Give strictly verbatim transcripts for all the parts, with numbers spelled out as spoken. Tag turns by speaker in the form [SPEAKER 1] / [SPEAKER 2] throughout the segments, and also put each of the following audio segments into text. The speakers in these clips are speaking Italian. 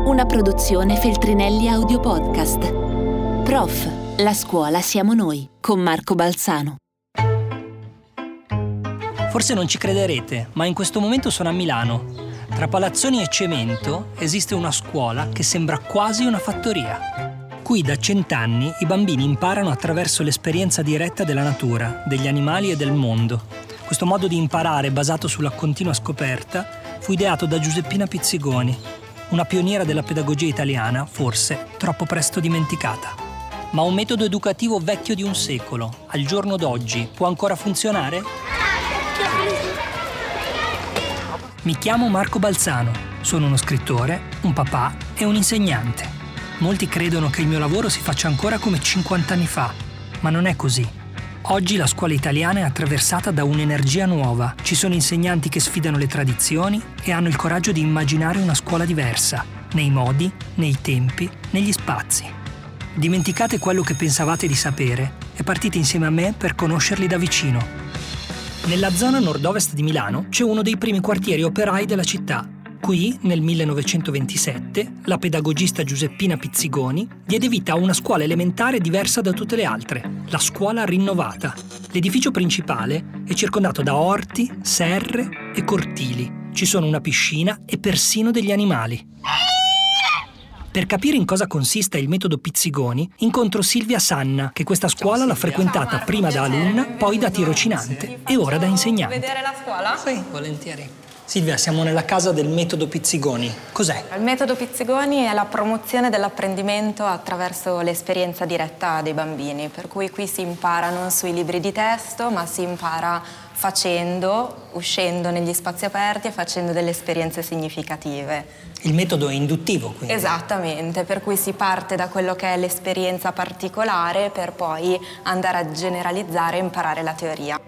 [SPEAKER 1] Una produzione Feltrinelli Audio Podcast. Prof, la scuola siamo noi, con Marco Balzano.
[SPEAKER 2] Forse non ci crederete, ma in questo momento sono a Milano. Tra palazzoni e cemento esiste una scuola che sembra quasi una fattoria. Qui da cent'anni i bambini imparano attraverso l'esperienza diretta della natura, degli animali e del mondo. Questo modo di imparare, basato sulla continua scoperta, fu ideato da Giuseppina Pizzigoni, una pioniera della pedagogia italiana, forse troppo presto dimenticata. Ma un metodo educativo vecchio di un secolo, al giorno d'oggi, può ancora funzionare? Mi chiamo Marco Balzano, sono uno scrittore, un papà e un insegnante. Molti credono che il mio lavoro si faccia ancora come cinquanta anni fa, ma non è così. Oggi la scuola italiana è attraversata da un'energia nuova. Ci sono insegnanti che sfidano le tradizioni e hanno il coraggio di immaginare una scuola diversa, nei modi, nei tempi, negli spazi. Dimenticate quello che pensavate di sapere e partite insieme a me per conoscerli da vicino. Nella zona nord-ovest di Milano c'è uno dei primi quartieri operai della città. Qui, nel millenovecentoventisette, la pedagogista Giuseppina Pizzigoni diede vita a una scuola elementare diversa da tutte le altre, la Scuola Rinnovata. L'edificio principale è circondato da orti, serre e cortili. Ci sono una piscina e persino degli animali. Per capire in cosa consista il metodo Pizzigoni, incontro Silvia Sanna, che questa scuola l'ha frequentata prima da alunna, poi da tirocinante e ora da insegnante.
[SPEAKER 3] Vedere la scuola?
[SPEAKER 2] Sì, volentieri. Silvia, siamo nella casa del metodo Pizzigoni. Cos'è?
[SPEAKER 3] Il metodo Pizzigoni è la promozione dell'apprendimento attraverso l'esperienza diretta dei bambini, per cui qui si impara non sui libri di testo, ma si impara facendo, uscendo negli spazi aperti e facendo delle esperienze significative.
[SPEAKER 2] Il metodo è induttivo, quindi?
[SPEAKER 3] Esattamente, per cui si parte da quello che è l'esperienza particolare per poi andare a generalizzare e imparare la teoria.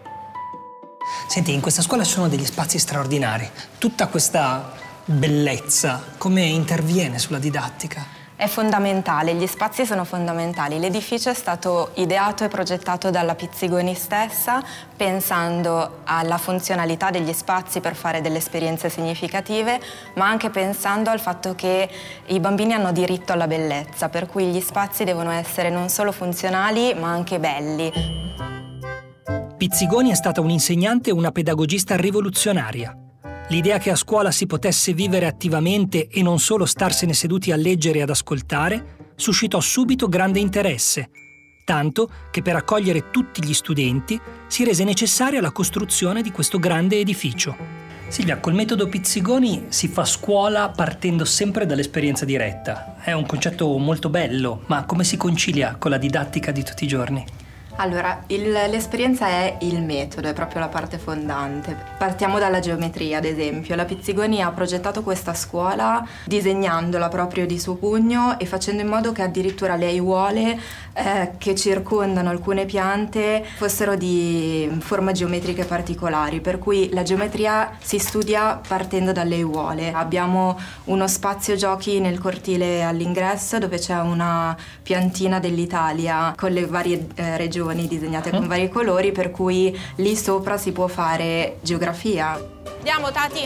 [SPEAKER 2] Senti, in questa scuola ci sono degli spazi straordinari. Tutta questa bellezza, come interviene sulla didattica?
[SPEAKER 3] È fondamentale, gli spazi sono fondamentali. L'edificio è stato ideato e progettato dalla Pizzigoni stessa, pensando alla funzionalità degli spazi per fare delle esperienze significative, ma anche pensando al fatto che i bambini hanno diritto alla bellezza, per cui gli spazi devono essere non solo funzionali, ma anche belli.
[SPEAKER 2] Pizzigoni è stata un'insegnante e una pedagogista rivoluzionaria. L'idea che a scuola si potesse vivere attivamente e non solo starsene seduti a leggere e ad ascoltare suscitò subito grande interesse, tanto che per accogliere tutti gli studenti si rese necessaria la costruzione di questo grande edificio. Silvia, col metodo Pizzigoni si fa scuola partendo sempre dall'esperienza diretta. È un concetto molto bello, ma come si concilia con la didattica di tutti i giorni?
[SPEAKER 3] Allora, il, l'esperienza è il metodo, è proprio la parte fondante. Partiamo dalla geometria, ad esempio. La Pizzigoni ha progettato questa scuola disegnandola proprio di suo pugno e facendo in modo che addirittura le aiuole eh, che circondano alcune piante fossero di forme geometriche particolari, per cui la geometria si studia partendo dalle aiuole. Abbiamo uno spazio giochi nel cortile all'ingresso dove c'è una piantina dell'Italia con le varie eh, regioni disegnate con vari colori, per cui lì sopra si può fare geografia. Andiamo, Tati!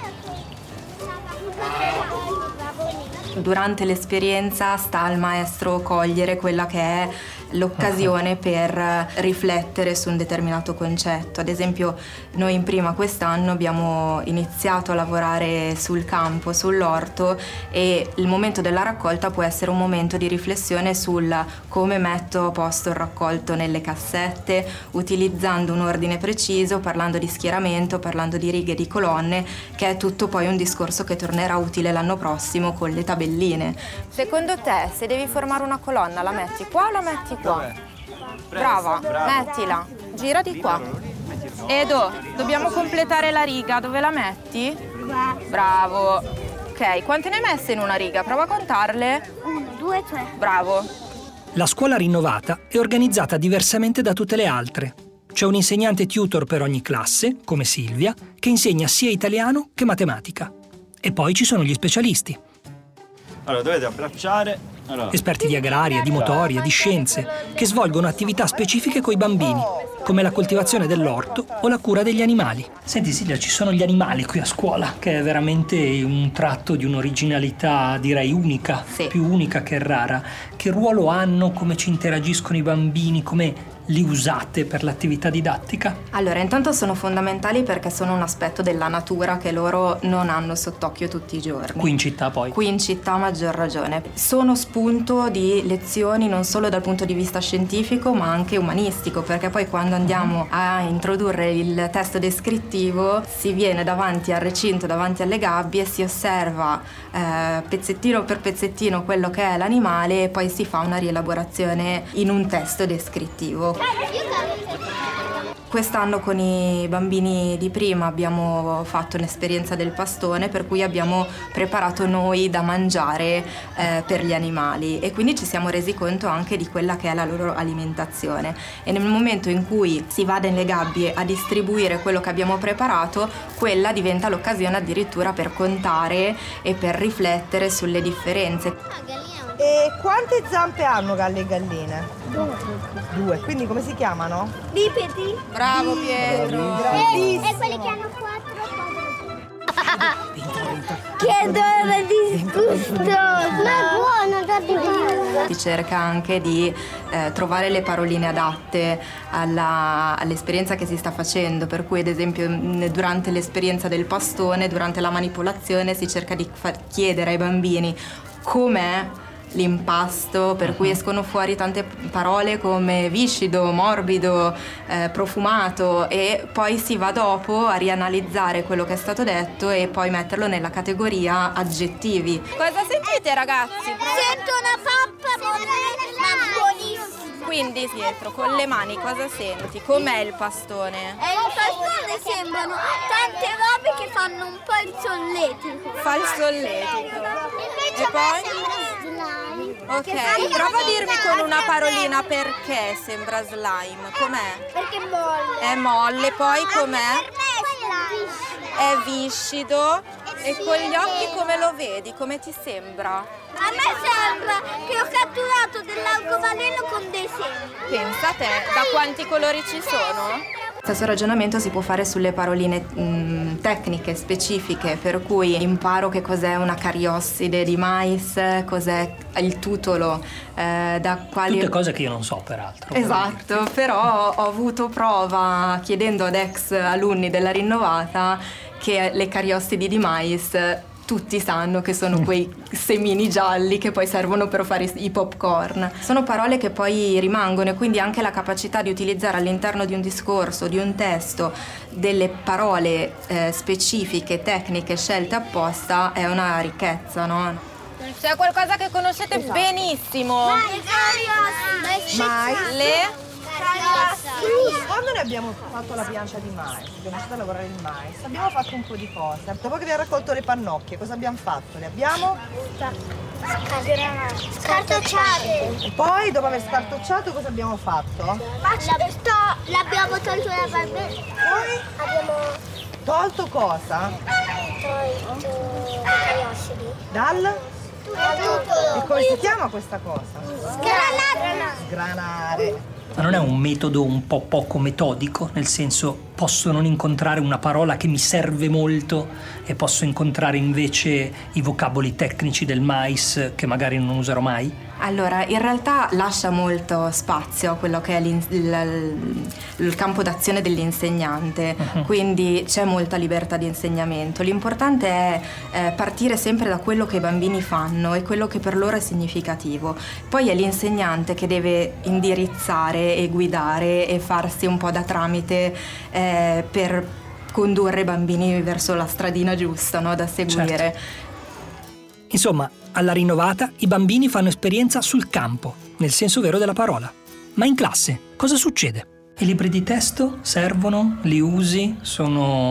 [SPEAKER 3] Durante l'esperienza sta al maestro cogliere quella che è l'occasione per riflettere su un determinato concetto. Ad esempio, noi in prima quest'anno abbiamo iniziato a lavorare sul campo, sull'orto, e il momento della raccolta può essere un momento di riflessione sul come metto a posto il raccolto nelle cassette, utilizzando un ordine preciso, parlando di schieramento, parlando di righe, di colonne, che è tutto poi un discorso che tornerà utile l'anno prossimo con le tabelline. Secondo te, se devi formare una colonna, la metti qua o la metti qua? Brava, mettila. Gira di qua. Edo, dobbiamo completare la riga. Dove la metti? Qua. Bravo. Ok, quante ne hai messe in una riga? Prova a contarle.
[SPEAKER 4] Uno, due, tre.
[SPEAKER 3] Bravo.
[SPEAKER 2] La scuola rinnovata è organizzata diversamente da tutte le altre. C'è un insegnante tutor per ogni classe, come Silvia, che insegna sia italiano che matematica. E poi ci sono gli specialisti.
[SPEAKER 5] Allora, dovete abbracciare
[SPEAKER 2] esperti di agraria, di motoria, di scienze, che svolgono attività specifiche coi bambini, come la coltivazione dell'orto o la cura degli animali. Senti Silvia, ci sono gli animali qui a scuola, che è veramente un tratto di un'originalità, direi, unica,
[SPEAKER 3] sì.
[SPEAKER 2] più unica che rara. Che ruolo hanno, come ci interagiscono i bambini, come li usate per l'attività didattica?
[SPEAKER 3] Allora, intanto sono fondamentali perché sono un aspetto della natura che loro non hanno sott'occhio tutti i giorni.
[SPEAKER 2] Qui in città poi?
[SPEAKER 3] Qui in città a maggior ragione. Sono spunto di lezioni non solo dal punto di vista scientifico ma anche umanistico, perché poi quando andiamo a introdurre il testo descrittivo si viene davanti al recinto, davanti alle gabbie, si osserva eh, pezzettino per pezzettino quello che è l'animale e poi si fa una rielaborazione in un testo descrittivo. Quest'anno con i bambini di prima abbiamo fatto un'esperienza del pastone, per cui abbiamo preparato noi da mangiare eh, per gli animali e quindi ci siamo resi conto anche di quella che è la loro alimentazione, e nel momento in cui si va nelle gabbie a distribuire quello che abbiamo preparato, quella diventa l'occasione addirittura per contare e per riflettere sulle differenze.
[SPEAKER 4] E quante zampe hanno le galline? Due. Due, quindi come si chiamano?
[SPEAKER 5] Bipedi.
[SPEAKER 3] Bravo Pietro!
[SPEAKER 5] E, e quelli che hanno quattro Che adoro disgustoso! Ma è buono, da buono!
[SPEAKER 3] Si cerca anche di eh, trovare le paroline adatte alla, all'esperienza che si sta facendo, per cui ad esempio durante l'esperienza del pastone, durante la manipolazione si cerca di far chiedere ai bambini com'è l'impasto, per cui escono fuori tante parole come viscido, morbido, eh, profumato, e poi si va dopo a rianalizzare quello che è stato detto e poi metterlo nella categoria aggettivi. Cosa sentite ragazzi?
[SPEAKER 5] Sento una pappa ma buonissima.
[SPEAKER 3] Quindi Pietro, con le mani cosa senti? Com'è il pastone?
[SPEAKER 5] E il pastone sembrano tante robe che fanno un po' il solletico.
[SPEAKER 3] Fa il solletico.
[SPEAKER 5] Invece
[SPEAKER 3] E poi?
[SPEAKER 5] slime.
[SPEAKER 3] Ok, prova a dirmi con una parolina perché sembra slime. Com'è?
[SPEAKER 5] Perché è molle.
[SPEAKER 3] È molle, poi com'è? È viscido. E con gli occhi come lo vedi? Come ti sembra?
[SPEAKER 5] A me sembra che ho catturato dell'arcobaleno con dei semi.
[SPEAKER 3] Pensa a te, da quanti colori ci sono? Stesso ragionamento si può fare sulle paroline mh, tecniche, specifiche, per cui imparo che cos'è una cariosside di mais, cos'è il tutolo, eh, da quali...
[SPEAKER 2] Tutte cose che io non so, peraltro.
[SPEAKER 3] Esatto, però ho avuto prova, chiedendo ad ex alunni della rinnovata, che le cariossidi di mais tutti sanno che sono quei semini gialli che poi servono per fare i popcorn. Sono parole che poi rimangono, e quindi anche la capacità di utilizzare all'interno di un discorso, di un testo, delle parole eh, specifiche, tecniche, scelte apposta è una ricchezza, no? C'è qualcosa che conoscete esatto. benissimo?
[SPEAKER 4] Mais.
[SPEAKER 3] Le...
[SPEAKER 4] Quando ne abbiamo fatto la piancia di mais, abbiamo iniziato a lavorare il mais, abbiamo fatto un po' di cose. Dopo che abbiamo raccolto le pannocchie, cosa abbiamo fatto? Le abbiamo
[SPEAKER 5] scartocciate.
[SPEAKER 4] E poi, dopo aver scartocciato, cosa abbiamo fatto?
[SPEAKER 5] L'abbiamo tolto la barbetta.
[SPEAKER 4] Poi
[SPEAKER 5] Abbiamo
[SPEAKER 4] tolto cosa?
[SPEAKER 5] tolto i cariossidi.
[SPEAKER 4] Dal?
[SPEAKER 5] Tutto.
[SPEAKER 4] E come si chiama questa cosa?
[SPEAKER 5] Sgranare.
[SPEAKER 4] Sgranare.
[SPEAKER 2] Ma non è un metodo un po' poco metodico? Nel senso, posso non incontrare una parola che mi serve molto e posso incontrare invece i vocaboli tecnici del mais che magari non userò mai?
[SPEAKER 3] Allora, in realtà lascia molto spazio a quello che è il, il, il campo d'azione dell'insegnante, uh-huh. quindi c'è molta libertà di insegnamento. L'importante è eh, partire sempre da quello che i bambini fanno e quello che per loro è significativo. Poi è l'insegnante che deve indirizzare e guidare e farsi un po' da tramite eh, per condurre i bambini verso la stradina giusta, no? Da seguire.
[SPEAKER 2] Certo. Insomma, alla rinnovata i bambini fanno esperienza sul campo, nel senso vero della parola. Ma in classe cosa succede? I libri di testo servono? Li usi? Sono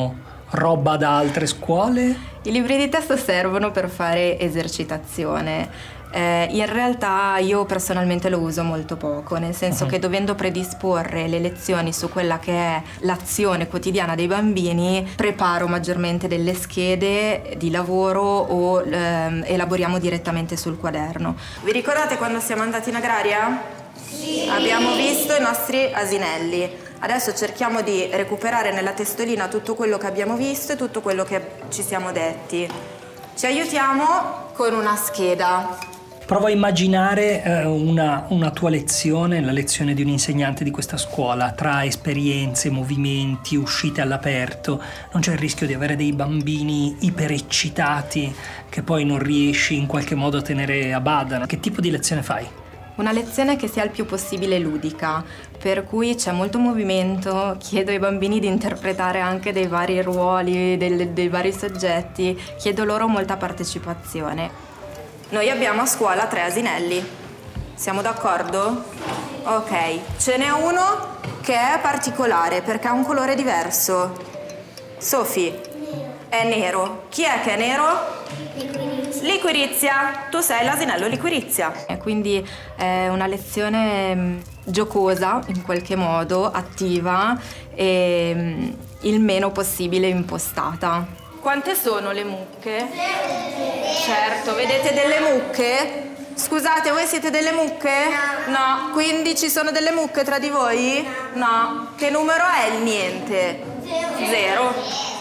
[SPEAKER 2] roba da altre scuole?
[SPEAKER 3] I libri di testo servono per fare esercitazione. Eh, in realtà io personalmente lo uso molto poco, nel senso uh-huh. che dovendo predisporre le lezioni su quella che è l'azione quotidiana dei bambini, preparo maggiormente delle schede di lavoro o ehm, elaboriamo direttamente sul quaderno. Vi ricordate quando siamo andati in agraria? Sì. Abbiamo visto i nostri asinelli. Adesso cerchiamo di recuperare nella testolina tutto quello che abbiamo visto e tutto quello che ci siamo detti. Ci aiutiamo con una scheda.
[SPEAKER 2] Provo a immaginare eh, una, una tua lezione, la lezione di un insegnante di questa scuola, tra esperienze, movimenti, uscite all'aperto. Non c'è il rischio di avere dei bambini ipereccitati che poi non riesci in qualche modo a tenere a bada? Che tipo di lezione fai?
[SPEAKER 3] Una lezione che sia il più possibile ludica, per cui c'è molto movimento, chiedo ai bambini di interpretare anche dei vari ruoli, dei, dei vari soggetti, chiedo loro molta partecipazione. Noi abbiamo a scuola tre asinelli, siamo d'accordo? Ok, ce n'è uno che è particolare perché ha un colore diverso. Sofì, è nero. Chi è che è nero? Liquirizia. Liquirizia, tu sei l'asinello Liquirizia. E quindi è una lezione mh, giocosa in qualche modo, attiva e mh, il meno possibile impostata. Quante sono le mucche? Certo, vedete delle mucche? Scusate, voi siete delle mucche? No. Quindi ci sono delle mucche tra di voi? No. Che numero è il niente? Zero.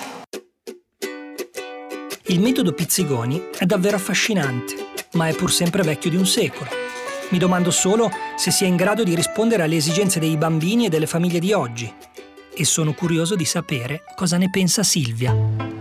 [SPEAKER 2] Il metodo Pizzigoni è davvero affascinante, ma è pur sempre vecchio di un secolo. Mi domando solo se sia in grado di rispondere alle esigenze dei bambini e delle famiglie di oggi. E sono curioso di sapere cosa ne pensa Silvia.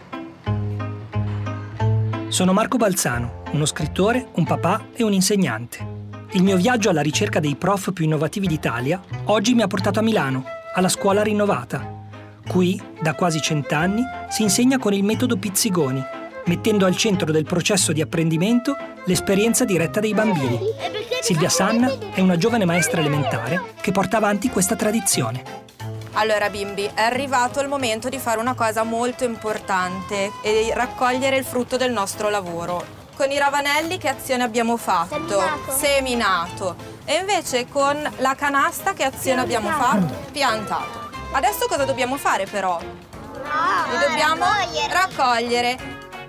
[SPEAKER 2] Sono Marco Balzano, uno scrittore, un papà e un insegnante. Il mio viaggio alla ricerca dei prof più innovativi d'Italia oggi mi ha portato a Milano, alla Scuola Rinnovata. Qui, da quasi cent'anni, si insegna con il metodo Pizzigoni, mettendo al centro del processo di apprendimento l'esperienza diretta dei bambini. Silvia Sanna è una giovane maestra elementare che porta avanti questa tradizione.
[SPEAKER 3] Allora bimbi, è arrivato il momento di fare una cosa molto importante e raccogliere il frutto del nostro lavoro. Con i ravanelli che azione abbiamo fatto?
[SPEAKER 5] Seminato.
[SPEAKER 3] Seminato. E invece con la canasta che azione abbiamo fatto? Piantato. Adesso cosa dobbiamo fare però? Li dobbiamo raccogliere.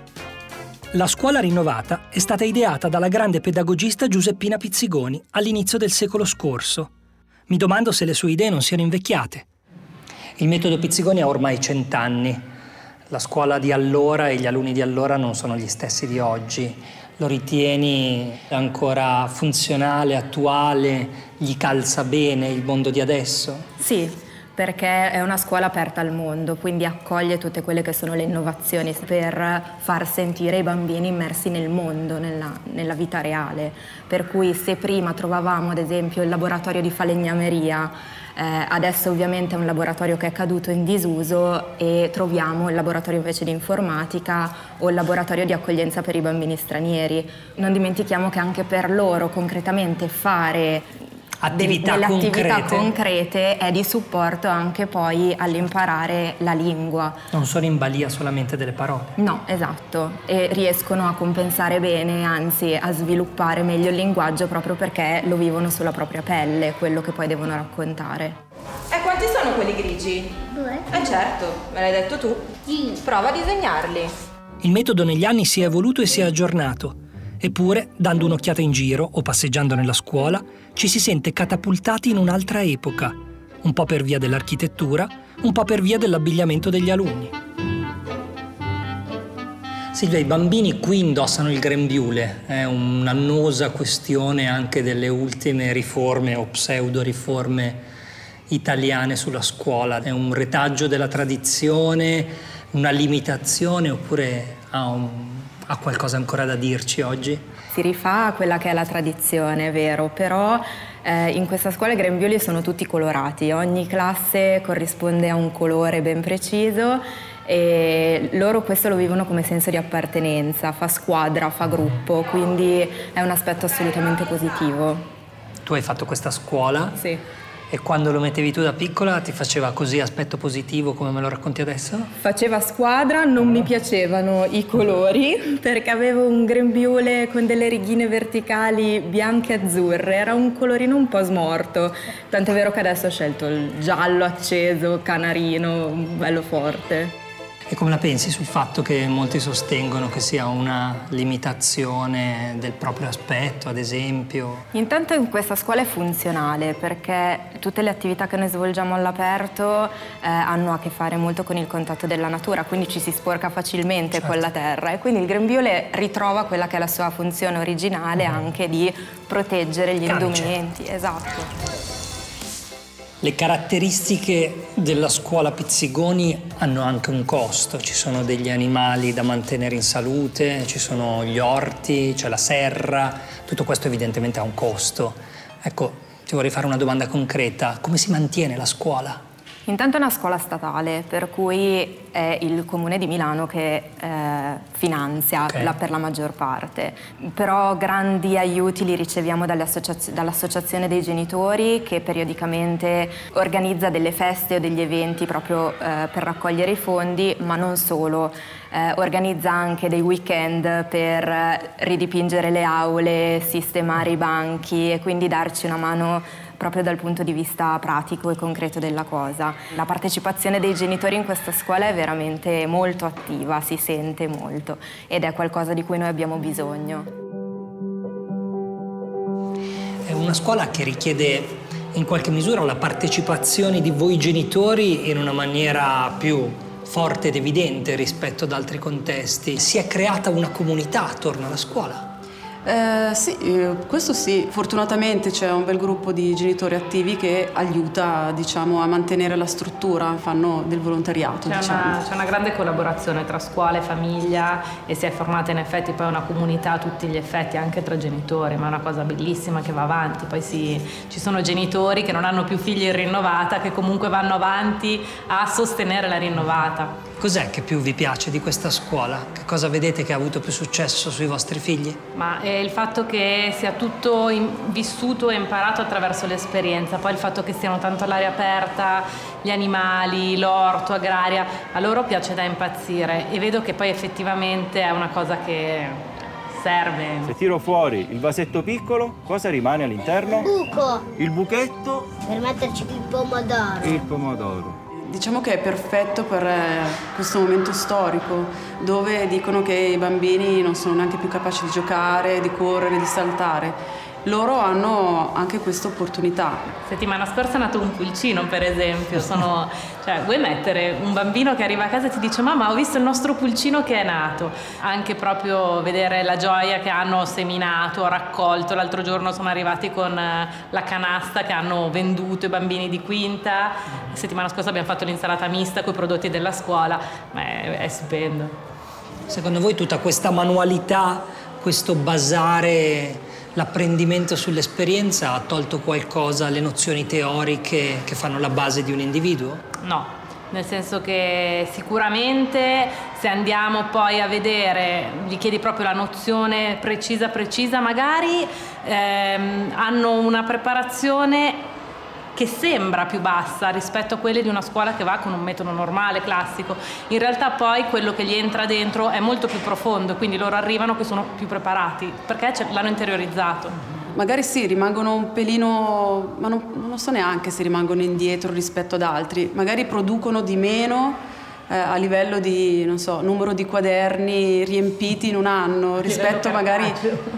[SPEAKER 2] La Scuola Rinnovata è stata ideata dalla grande pedagogista Giuseppina Pizzigoni all'inizio del secolo scorso. Mi domando se le sue idee non siano invecchiate. Il metodo Pizzigoni ha ormai cent'anni. La scuola di allora e gli alunni di allora non sono gli stessi di oggi. Lo ritieni ancora funzionale, attuale? Gli calza bene il mondo di adesso?
[SPEAKER 3] Sì, perché è una scuola aperta al mondo, quindi accoglie tutte quelle che sono le innovazioni per far sentire i bambini immersi nel mondo, nella, nella vita reale. Per cui se prima trovavamo ad esempio il laboratorio di falegnameria, Eh, adesso ovviamente è un laboratorio che è caduto in disuso e troviamo il laboratorio invece di informatica o il laboratorio di accoglienza per i bambini stranieri. Non dimentichiamo che anche per loro concretamente fare
[SPEAKER 2] attività
[SPEAKER 3] delle
[SPEAKER 2] concrete.
[SPEAKER 3] attività concrete è di supporto anche poi all'imparare la lingua.
[SPEAKER 2] Non sono in balia solamente delle parole.
[SPEAKER 3] No, esatto, e riescono a compensare bene, anzi a sviluppare meglio il linguaggio proprio perché lo vivono sulla propria pelle, quello che poi devono raccontare. E quanti sono quelli grigi?
[SPEAKER 5] Due.
[SPEAKER 3] Eh certo, me l'hai detto tu.
[SPEAKER 5] Sì.
[SPEAKER 3] Prova a disegnarli.
[SPEAKER 2] Il metodo negli anni si è evoluto e si è aggiornato. Eppure, dando un'occhiata in giro o passeggiando nella scuola, ci si sente catapultati in un'altra epoca, un po' per via dell'architettura, un po' per via dell'abbigliamento degli alunni. Silvia, i bambini qui indossano il grembiule, è un'annosa questione anche delle ultime riforme o pseudo-riforme italiane sulla scuola. È un retaggio della tradizione, una limitazione oppure ha un... ha qualcosa ancora da dirci oggi?
[SPEAKER 3] Si rifà a quella che è la tradizione, è vero, però eh, in questa scuola i grembiuli sono tutti colorati, ogni classe corrisponde a un colore ben preciso e loro questo lo vivono come senso di appartenenza, fa squadra, fa gruppo, quindi è un aspetto assolutamente positivo.
[SPEAKER 2] Tu hai fatto questa scuola?
[SPEAKER 3] Sì.
[SPEAKER 2] E quando lo mettevi tu da piccola ti faceva così aspetto positivo come me lo racconti adesso?
[SPEAKER 3] Faceva squadra, non mi piacevano i colori perché avevo un grembiule con delle righine verticali bianche e azzurre, era un colorino un po' smorto, tant'è vero che adesso ho scelto il giallo acceso, canarino, bello forte.
[SPEAKER 2] E come la pensi sul fatto che molti sostengono che sia una limitazione del proprio aspetto, ad esempio?
[SPEAKER 3] Intanto in questa scuola è funzionale perché tutte le attività che noi svolgiamo all'aperto eh, hanno a che fare molto con il contatto della natura, quindi ci si sporca facilmente
[SPEAKER 2] certo.
[SPEAKER 3] con la terra e quindi il grembiule ritrova quella che è la sua funzione originale mm. anche di proteggere gli
[SPEAKER 2] Camice.
[SPEAKER 3] indumenti. Esatto.
[SPEAKER 2] Le caratteristiche della scuola Pizzigoni hanno anche un costo, ci sono degli animali da mantenere in salute, ci sono gli orti, c'è la serra, tutto questo evidentemente ha un costo. Ecco, ti vorrei fare una domanda concreta, come si mantiene la scuola?
[SPEAKER 3] Intanto è una scuola statale, per cui è il Comune di Milano che eh, finanzia
[SPEAKER 2] okay.
[SPEAKER 3] la, per la maggior parte. Però grandi aiuti li riceviamo dalle associaz- dall'Associazione dei Genitori che periodicamente organizza delle feste o degli eventi proprio eh, per raccogliere i fondi, ma non solo. Eh, organizza anche dei weekend per ridipingere le aule, sistemare i banchi e quindi darci una mano proprio dal punto di vista pratico e concreto della cosa. La partecipazione dei genitori in questa scuola è veramente molto attiva, si sente molto ed è qualcosa di cui noi abbiamo bisogno.
[SPEAKER 2] È una scuola che richiede in qualche misura la partecipazione di voi genitori in una maniera più forte ed evidente rispetto ad altri contesti. Si è creata una comunità attorno alla scuola.
[SPEAKER 6] Eh, sì, eh, questo sì. Fortunatamente c'è un bel gruppo di genitori attivi che aiuta, diciamo, a mantenere la struttura, fanno del volontariato.
[SPEAKER 7] C'è,
[SPEAKER 6] diciamo.
[SPEAKER 7] una, c'è una grande collaborazione tra scuola e famiglia e si è formata in effetti poi una comunità a tutti gli effetti, anche tra genitori, ma è una cosa bellissima che va avanti. Poi si, ci sono genitori che non hanno più figli in rinnovata, che comunque vanno avanti a sostenere la rinnovata.
[SPEAKER 2] Cos'è che più vi piace di questa scuola? Che cosa vedete che ha avuto più successo sui vostri figli?
[SPEAKER 7] Ma è il fatto che sia tutto in, vissuto e imparato attraverso l'esperienza, poi il fatto che stiano tanto all'aria aperta, gli animali, l'orto, agraria, a loro piace da impazzire e vedo che poi effettivamente è una cosa che serve.
[SPEAKER 8] Se tiro fuori il vasetto piccolo, cosa rimane all'interno?
[SPEAKER 5] Buco.
[SPEAKER 8] Il buchetto?
[SPEAKER 5] Per metterci il pomodoro.
[SPEAKER 8] Il pomodoro.
[SPEAKER 6] Diciamo che è perfetto per questo momento storico dove dicono che i bambini non sono neanche più capaci di giocare, di correre, di saltare. Loro hanno anche questa opportunità.
[SPEAKER 7] Settimana scorsa è nato un pulcino, per esempio. Sono, cioè, vuoi mettere un bambino che arriva a casa e ti dice mamma ho visto il nostro pulcino che è nato. Anche proprio vedere la gioia che hanno seminato, raccolto. L'altro giorno sono arrivati con la canasta che hanno venduto i bambini di quinta. La settimana scorsa abbiamo fatto l'insalata mista con i prodotti della scuola. Ma è, è stupendo.
[SPEAKER 2] Secondo voi tutta questa manualità, questo basare l'apprendimento sull'esperienza ha tolto qualcosa alle nozioni teoriche che fanno la base di un individuo?
[SPEAKER 7] No, nel senso che sicuramente se andiamo poi a vedere, gli chiedi proprio la nozione precisa precisa, magari ehm, hanno una preparazione che sembra più bassa rispetto a quelle di una scuola che va con un metodo normale, classico. In realtà poi quello che gli entra dentro è molto più profondo, quindi loro arrivano che sono più preparati, perché l'hanno interiorizzato.
[SPEAKER 6] Magari sì, rimangono un pelino, ma non, non lo so neanche se rimangono indietro rispetto ad altri. Magari producono di meno eh, a livello di, non so, numero di quaderni riempiti in un anno rispetto magari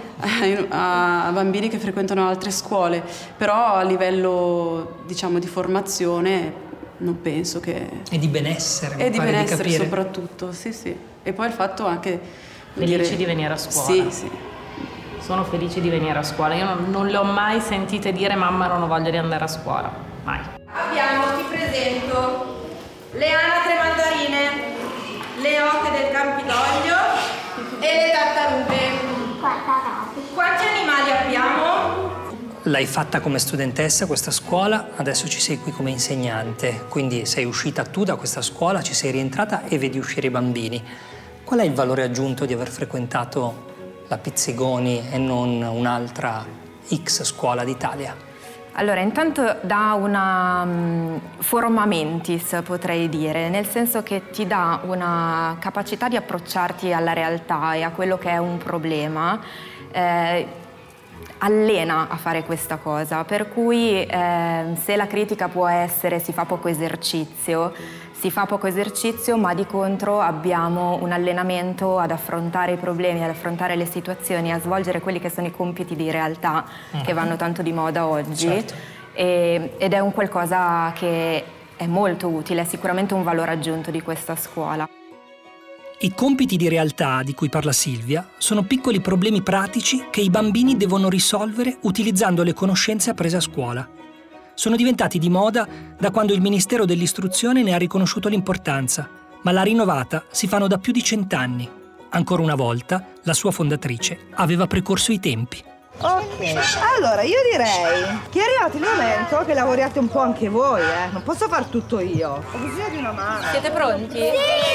[SPEAKER 6] a bambini che frequentano altre scuole, però a livello, diciamo, di formazione non penso che...
[SPEAKER 2] E di benessere, mi
[SPEAKER 6] e di
[SPEAKER 2] pare
[SPEAKER 6] benessere
[SPEAKER 2] di capire.
[SPEAKER 6] soprattutto, sì sì. E poi il fatto anche...
[SPEAKER 7] Felici
[SPEAKER 6] dire...
[SPEAKER 7] di venire a scuola.
[SPEAKER 6] Sì, sì.
[SPEAKER 7] Sono felici di venire a scuola. Io non, non le ho mai sentite dire mamma non ho voglia di andare a scuola, mai.
[SPEAKER 3] Abbiamo, ti presento, le anatre mandarine, le oche del Campidoglio e le tartarughe. Quanti animali abbiamo?
[SPEAKER 2] L'hai fatta come studentessa questa scuola, adesso ci sei qui come insegnante, quindi sei uscita tu da questa scuola, ci sei rientrata e vedi uscire i bambini. Qual è il valore aggiunto di aver frequentato la Pizzigoni e non un'altra X scuola d'Italia?
[SPEAKER 3] Allora, intanto dà una um, forma mentis, potrei dire, nel senso che ti dà una capacità di approcciarti alla realtà e a quello che è un problema, eh, allena a fare questa cosa, per cui eh, se la critica può essere si fa poco esercizio, si fa poco esercizio, ma di contro abbiamo un allenamento ad affrontare i problemi, ad affrontare le situazioni, a svolgere quelli che sono i compiti di realtà mm. che vanno tanto di moda oggi.
[SPEAKER 2] Certo.
[SPEAKER 3] E, ed è un qualcosa che è molto utile, è sicuramente un valore aggiunto di questa scuola.
[SPEAKER 2] I compiti di realtà di cui parla Silvia sono piccoli problemi pratici che i bambini devono risolvere utilizzando le conoscenze apprese a scuola. Sono diventati di moda da quando il Ministero dell'Istruzione ne ha riconosciuto l'importanza, ma la Rinnovata si fanno da più di cent'anni. Ancora una volta, la sua fondatrice aveva precorso i tempi.
[SPEAKER 4] Ok, allora io direi che è arrivato il momento che lavoriate un po' anche voi, eh. Non posso far tutto io. Ho bisogno di una mano.
[SPEAKER 3] Siete pronti? Sì!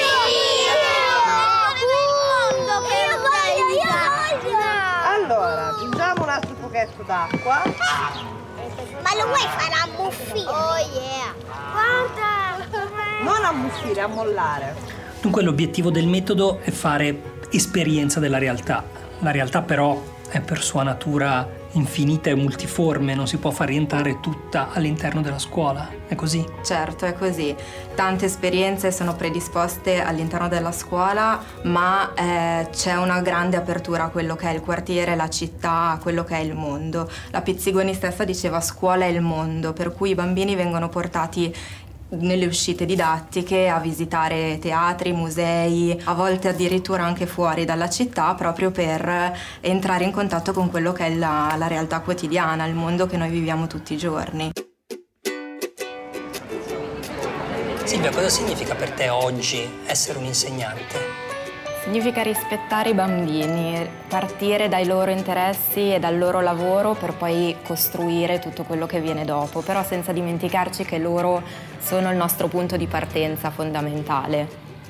[SPEAKER 4] Allora, aggiungiamo un altro pochetto d'acqua.
[SPEAKER 5] Ma lo vuoi fare ammuffire? Oh yeah! Guarda!
[SPEAKER 4] Non ammuffire, ammollare.
[SPEAKER 2] Dunque l'obiettivo del metodo è fare esperienza della realtà. La realtà però è per sua natura infinita e multiforme, non si può far rientrare tutta all'interno della scuola, è così?
[SPEAKER 3] Certo, è così. Tante esperienze sono predisposte all'interno della scuola, ma eh, c'è una grande apertura a quello che è il quartiere, la città, a quello che è il mondo. La Pizzigoni stessa diceva scuola è il mondo, per cui i bambini vengono portati nelle uscite didattiche a visitare teatri, musei, a volte addirittura anche fuori dalla città, proprio per entrare in contatto con quello che è la, la realtà quotidiana, il mondo che noi viviamo tutti i giorni.
[SPEAKER 2] Silvia, cosa significa per te oggi essere un insegnante?
[SPEAKER 3] Significa rispettare i bambini, partire dai loro interessi e dal loro lavoro per poi costruire tutto quello che viene dopo, però senza dimenticarci che loro sono il nostro punto di partenza fondamentale.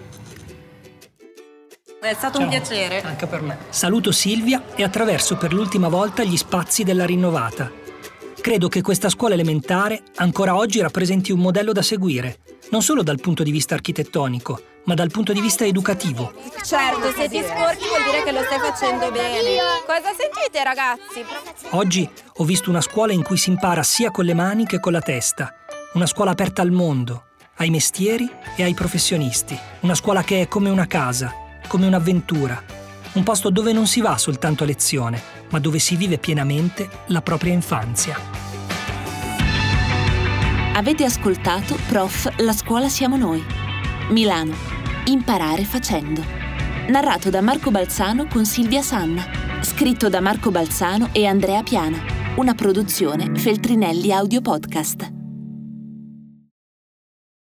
[SPEAKER 9] È stato
[SPEAKER 2] Ciao.
[SPEAKER 9] un piacere.
[SPEAKER 2] Anche per me. Saluto Silvia e attraverso per l'ultima volta gli spazi della Rinnovata. Credo che questa scuola elementare ancora oggi rappresenti un modello da seguire, non solo dal punto di vista architettonico, ma dal punto di vista educativo.
[SPEAKER 9] Certo, se ti sporchi vuol dire che lo stai facendo bene. Cosa sentite, ragazzi?
[SPEAKER 2] Oggi ho visto una scuola in cui si impara sia con le mani che con la testa. Una scuola aperta al mondo, ai mestieri e ai professionisti. Una scuola che è come una casa, come un'avventura. Un posto dove non si va soltanto a lezione, ma dove si vive pienamente la propria infanzia.
[SPEAKER 1] Avete ascoltato Prof. La scuola siamo noi. Milano. Imparare facendo. Narrato da Marco Balzano con Silvia Sanna. Scritto da Marco Balzano e Andrea Piana. Una produzione Feltrinelli Audio Podcast.